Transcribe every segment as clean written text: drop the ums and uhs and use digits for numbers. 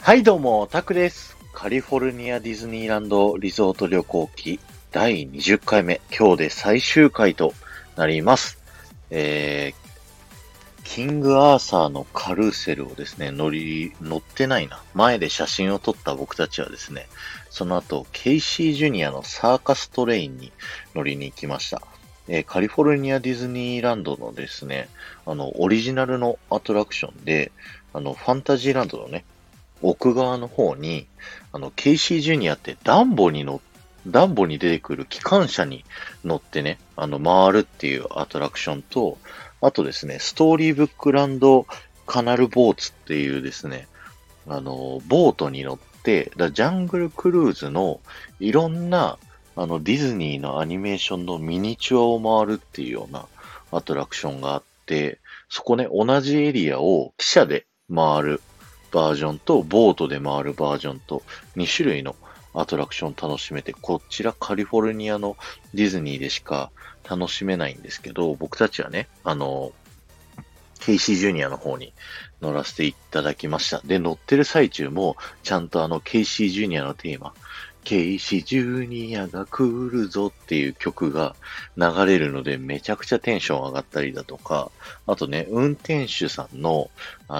はいどうも、タクです。カリフォルニアディズニーランドリゾート旅行記第20回目、今日で最終回となります。キングアーサーのカルーセルをですね、乗ってないな。前で写真を撮った僕たちはですね、その後、ケイシージュニアのサーカストレインに乗りに行きました。カリフォルニアディズニーランドのですね、オリジナルのアトラクションで、ファンタジーランドのね、奥側の方に、ケイシージュニアってダンボに出てくる機関車に乗ってね、回るっていうアトラクションと、あとですね、ストーリーブックランドカナルボーツっていうですね、ボートに乗って、ジャングルクルーズのいろんな、ディズニーのアニメーションのミニチュアを回るっていうようなアトラクションがあって、そこね、同じエリアを汽車で回るバージョンと、ボートで回るバージョンと、2種類のアトラクション楽しめて、こちらカリフォルニアのディズニーでしか楽しめないんですけど、僕たちはね、ケイシージュニアの方に乗らせていただきました。で、乗ってる最中も、ちゃんとケイシージュニアのテーマ、ケイシージュニアが来るぞっていう曲が流れるので、めちゃくちゃテンション上がったりだとか、あとね、運転手さんの、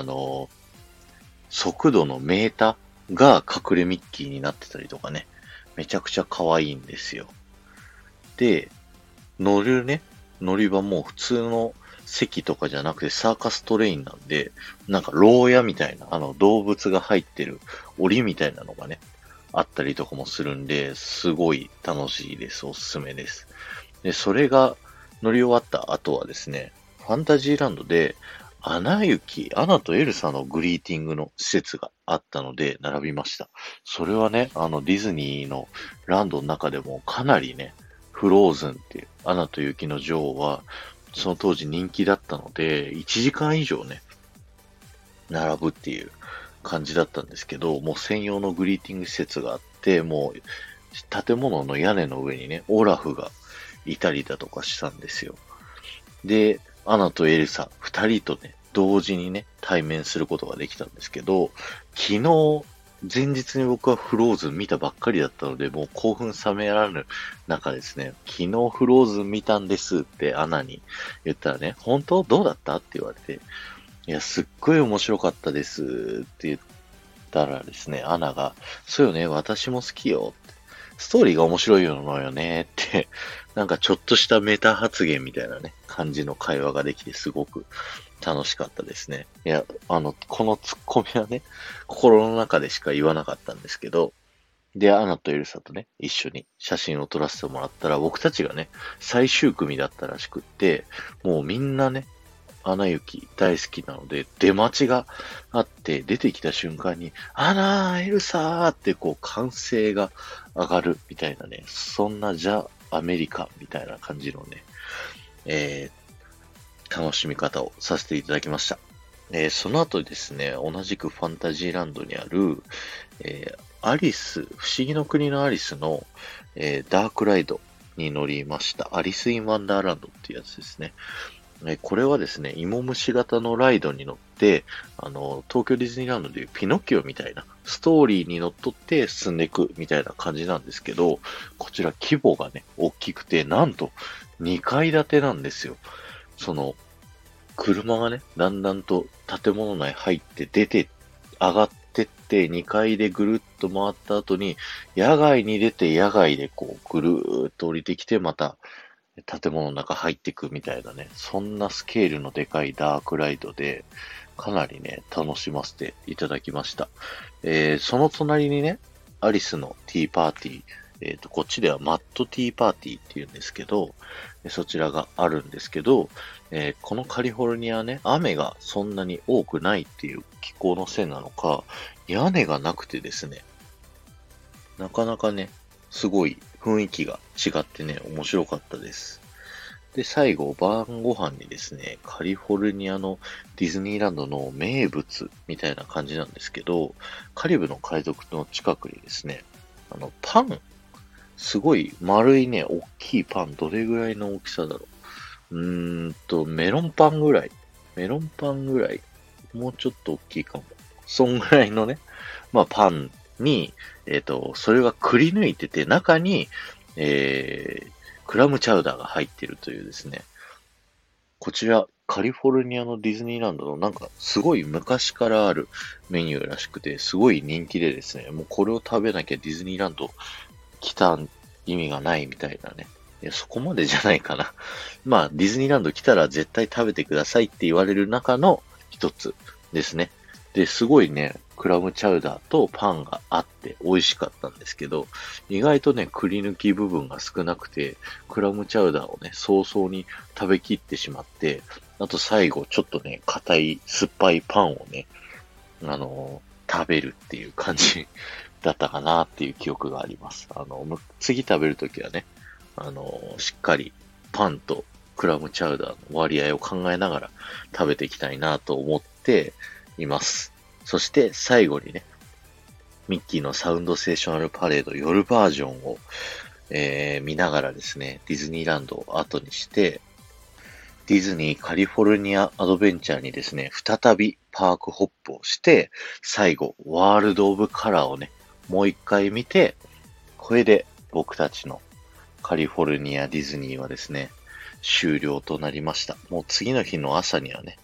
速度のメーターが隠れミッキーになってたりとかね、めちゃくちゃ可愛いんですよ。で、乗り場も普通の席とかじゃなくてサーカストレインなんで、なんか牢屋みたいな、動物が入ってる檻みたいなのがね、あったりとかもするんで、すごい楽しいです。おすすめです。で、それが乗り終わった後はですね、ファンタジーランドで、アナとエルサのグリーティングの施設があったので、並びました。それはね、ディズニーのランドの中でもかなりね、フローズンっていう、アナと雪の女王は、その当時人気だったので、1時間以上ね、並ぶっていう感じだったんですけど、もう専用のグリーティング施設があって、もう建物の屋根の上にね、オラフがいたりだとかしたんですよ。で、アナとエルサ、二人とね、同時にね、対面することができたんですけど、昨日、前日に僕はフローズン見たばっかりだったので、もう興奮冷めやらぬ中ですね、昨日フローズン見たんですってアナに言ったらね、本当どうだったって言われて、いや、すっごい面白かったですって言ったらですね、アナが、そうよね、私も好きよ。ストーリーが面白いのよねって、なんかちょっとしたメタ発言みたいなね、感じの会話ができてすごく楽しかったですね。いや、このツッコミはね、心の中でしか言わなかったんですけど、で、アナとエルサとね、一緒に写真を撮らせてもらったら、僕たちがね、最終組だったらしくって、もうみんなね、アナ雪大好きなので、出待ちがあって、出てきた瞬間に、アナエルサーってこう歓声が上がるみたいなね、そんなザ・アメリカみたいな感じのね、え楽しみ方をさせていただきました。その後ですね、同じくファンタジーランドにある、アリス、不思議の国のアリスの、ダークライドに乗りました。アリス・イン・ワンダーランドっていうやつですね。これはですね、芋虫型のライドに乗って、東京ディズニーランドでいうピノキオみたいなストーリーにのっとって進んでいくみたいな感じなんですけど、こちら規模がね、大きくて、なんと2階建てなんですよ。その、車がね、だんだんと建物内入って上がってって2階でぐるっと回った後に、野外に出て野外でこうぐるーっと降りてきてまた建物の中入ってくみたいなね、そんなスケールのでかいダークライドで、かなりね、楽しませていただきました。その隣にね、アリスのティーパーティー、こっちではマットティーパーティーって言うんですけど、そちらがあるんですけど、このカリフォルニアね、雨がそんなに多くないっていう気候のせいなのか、屋根がなくてですね、なかなかね、すごい雰囲気が違ってね、面白かったです。で、最後、晩ご飯にですね、カリフォルニアのディズニーランドの名物みたいな感じなんですけど、カリブの海賊の近くにですね、パン、すごい丸いね、大きいパン、どれぐらいの大きさだろう。メロンパンぐらい。メロンパンぐらい。もうちょっと大きいかも。 そんぐらいのね、まあパンに、それがくり抜いてて、中に、クラムチャウダーが入ってるというですね、こちら、カリフォルニアのディズニーランドのなんかすごい昔からあるメニューらしくて、すごい人気でですね、もうこれを食べなきゃディズニーランド来た意味がないみたいなね。いや、そこまでじゃないかな。まあ、ディズニーランド来たら絶対食べてくださいって言われる中の一つですね。で、すごいね、クラムチャウダーとパンがあって美味しかったんですけど、意外とね、くり抜き部分が少なくて、クラムチャウダーをね、早々に食べきってしまって、あと最後、ちょっとね、硬い酸っぱいパンをね、食べるっていう感じだったかなっていう記憶があります。次食べるときはね、しっかりパンとクラムチャウダーの割合を考えながら食べていきたいなと思っています。そして最後にね、ミッキーのサウンドステーショナルパレード夜バージョンを、見ながらですね、ディズニーランドを後にして、ディズニーカリフォルニアアドベンチャーにですね、再びパークホップをして、最後、ワールドオブカラーをね、もう一回見て、これで僕たちのカリフォルニアディズニーはですね、終了となりました。もう次の日の朝にはね、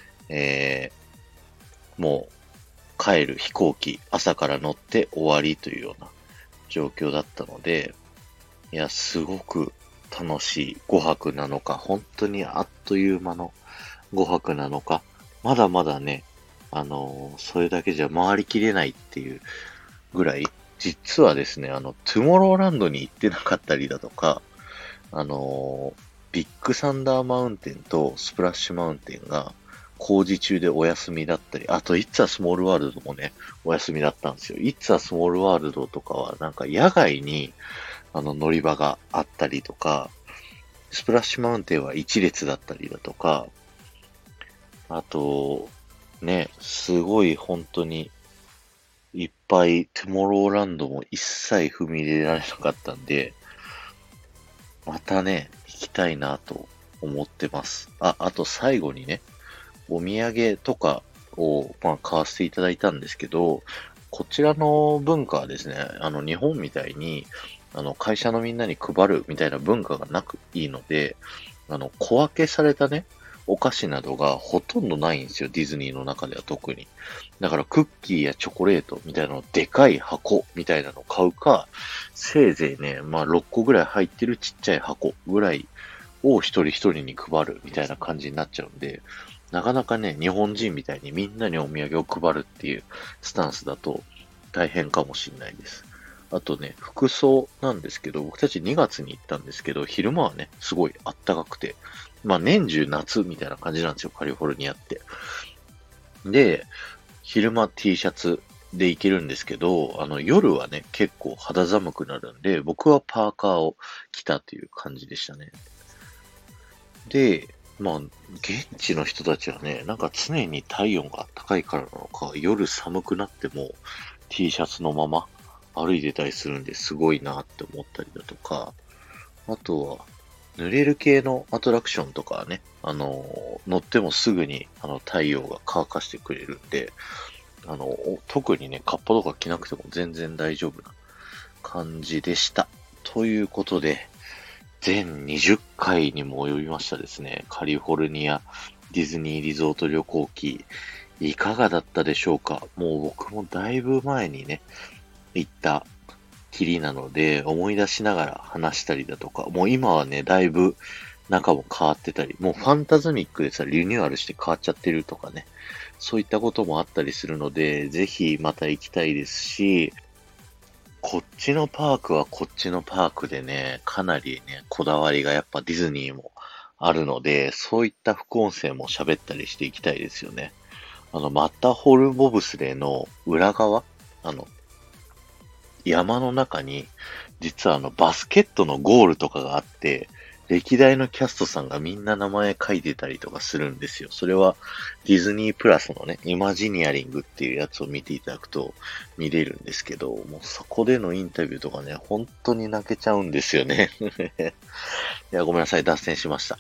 もう帰る飛行機、朝から乗って終わりというような状況だったので、いや、すごく楽しい5泊なのか、本当にあっという間の5泊なのか、まだまだね、それだけじゃ回りきれないっていうぐらい、実はですね、トゥモローランドに行ってなかったりだとか、ビッグサンダーマウンテンとスプラッシュマウンテンが工事中でお休みだったり、あと、イッツァスモールワールドもね、お休みだったんですよ。イッツァスモールワールドとかは、なんか野外に、乗り場があったりとか、スプラッシュマウンテンは一列だったりだとか、あと、ね、すごい本当にいっぱいトゥモローランドも一切踏み入れられなかったんで、またね、行きたいなと思ってます。あと最後にね、お土産とかを、まあ、買わせていただいたんですけど、こちらの文化はですね、日本みたいに、会社のみんなに配るみたいな文化がなくいいので、小分けされたね、お菓子などがほとんどないんですよ、ディズニーの中では特に。だからクッキーやチョコレートみたいなのでかい箱みたいなのを買うか、せいぜいね、まあ6個ぐらい入ってるちっちゃい箱ぐらいを一人一人に配るみたいな感じになっちゃうんで、なかなかね、日本人みたいにみんなにお土産を配るっていうスタンスだと大変かもしれないです。あとね、服装なんですけど、僕たち2月に行ったんですけど、昼間はね、すごい暖かくて、まあ年中夏みたいな感じなんですよ、カリフォルニアって。で、昼間 T シャツで行けるんですけど、夜はね、結構肌寒くなるんで、僕はパーカーを着たという感じでしたね。で、まあ、現地の人たちはね、なんか常に体温が高いからなのか、夜寒くなっても T シャツのまま歩いてたりするんですごいなって思ったりだとか、あとは、濡れる系のアトラクションとかはね、乗ってもすぐに太陽が乾かしてくれるんで、特にね、カッパとか着なくても全然大丈夫な感じでした。ということで、全20回にも及びましたですね。カリフォルニアディズニーリゾート旅行記。いかがだったでしょうか？もう僕もだいぶ前にね、行ったきりなので、思い出しながら話したりだとか、もう今はね、だいぶ中も変わってたり、もうファンタズミックでさ、リニューアルして変わっちゃってるとかね、そういったこともあったりするので、ぜひまた行きたいですし、こっちのパークはこっちのパークでね、かなりね、こだわりがやっぱディズニーもあるので、そういった副音声も喋ったりしていきたいですよね。マッターホルンボブスレーの裏側、あの、山の中に、実はバスケットのゴールとかがあって、歴代のキャストさんがみんな名前書いてたりとかするんですよ。それはディズニープラスのね、イマジニアリングっていうやつを見ていただくと見れるんですけど、もうそこでのインタビューとかね、本当に泣けちゃうんですよね。いや、ごめんなさい、脱線しました。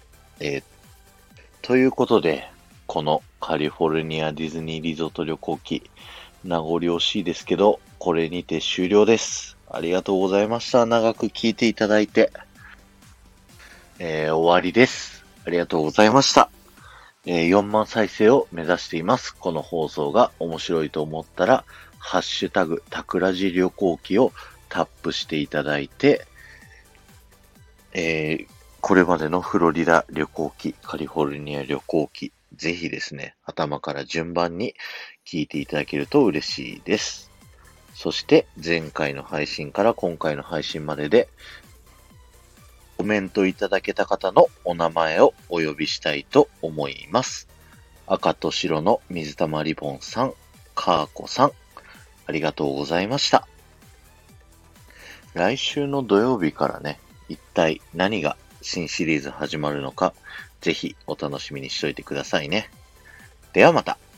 ということで、このカリフォルニアディズニーリゾート旅行記、 名残惜しいですけど、これにて終了です。ありがとうございました。長く聞いていただいて。終わりです。ありがとうございました。4万再生を目指しています。この放送が面白いと思ったら、ハッシュタグ、タクラジ旅行記をタップしていただいて、これまでのフロリダ旅行記、カリフォルニア旅行記、ぜひですね、頭から順番に聞いていただけると嬉しいです。そして前回の配信から今回の配信まででコメントいただけた方のお名前をお呼びしたいと思います。赤と白の水玉リボンさん、カーコさん、ありがとうございました。来週の土曜日からね、一体何が新シリーズ始まるのか、ぜひお楽しみにしといてくださいね。ではまた。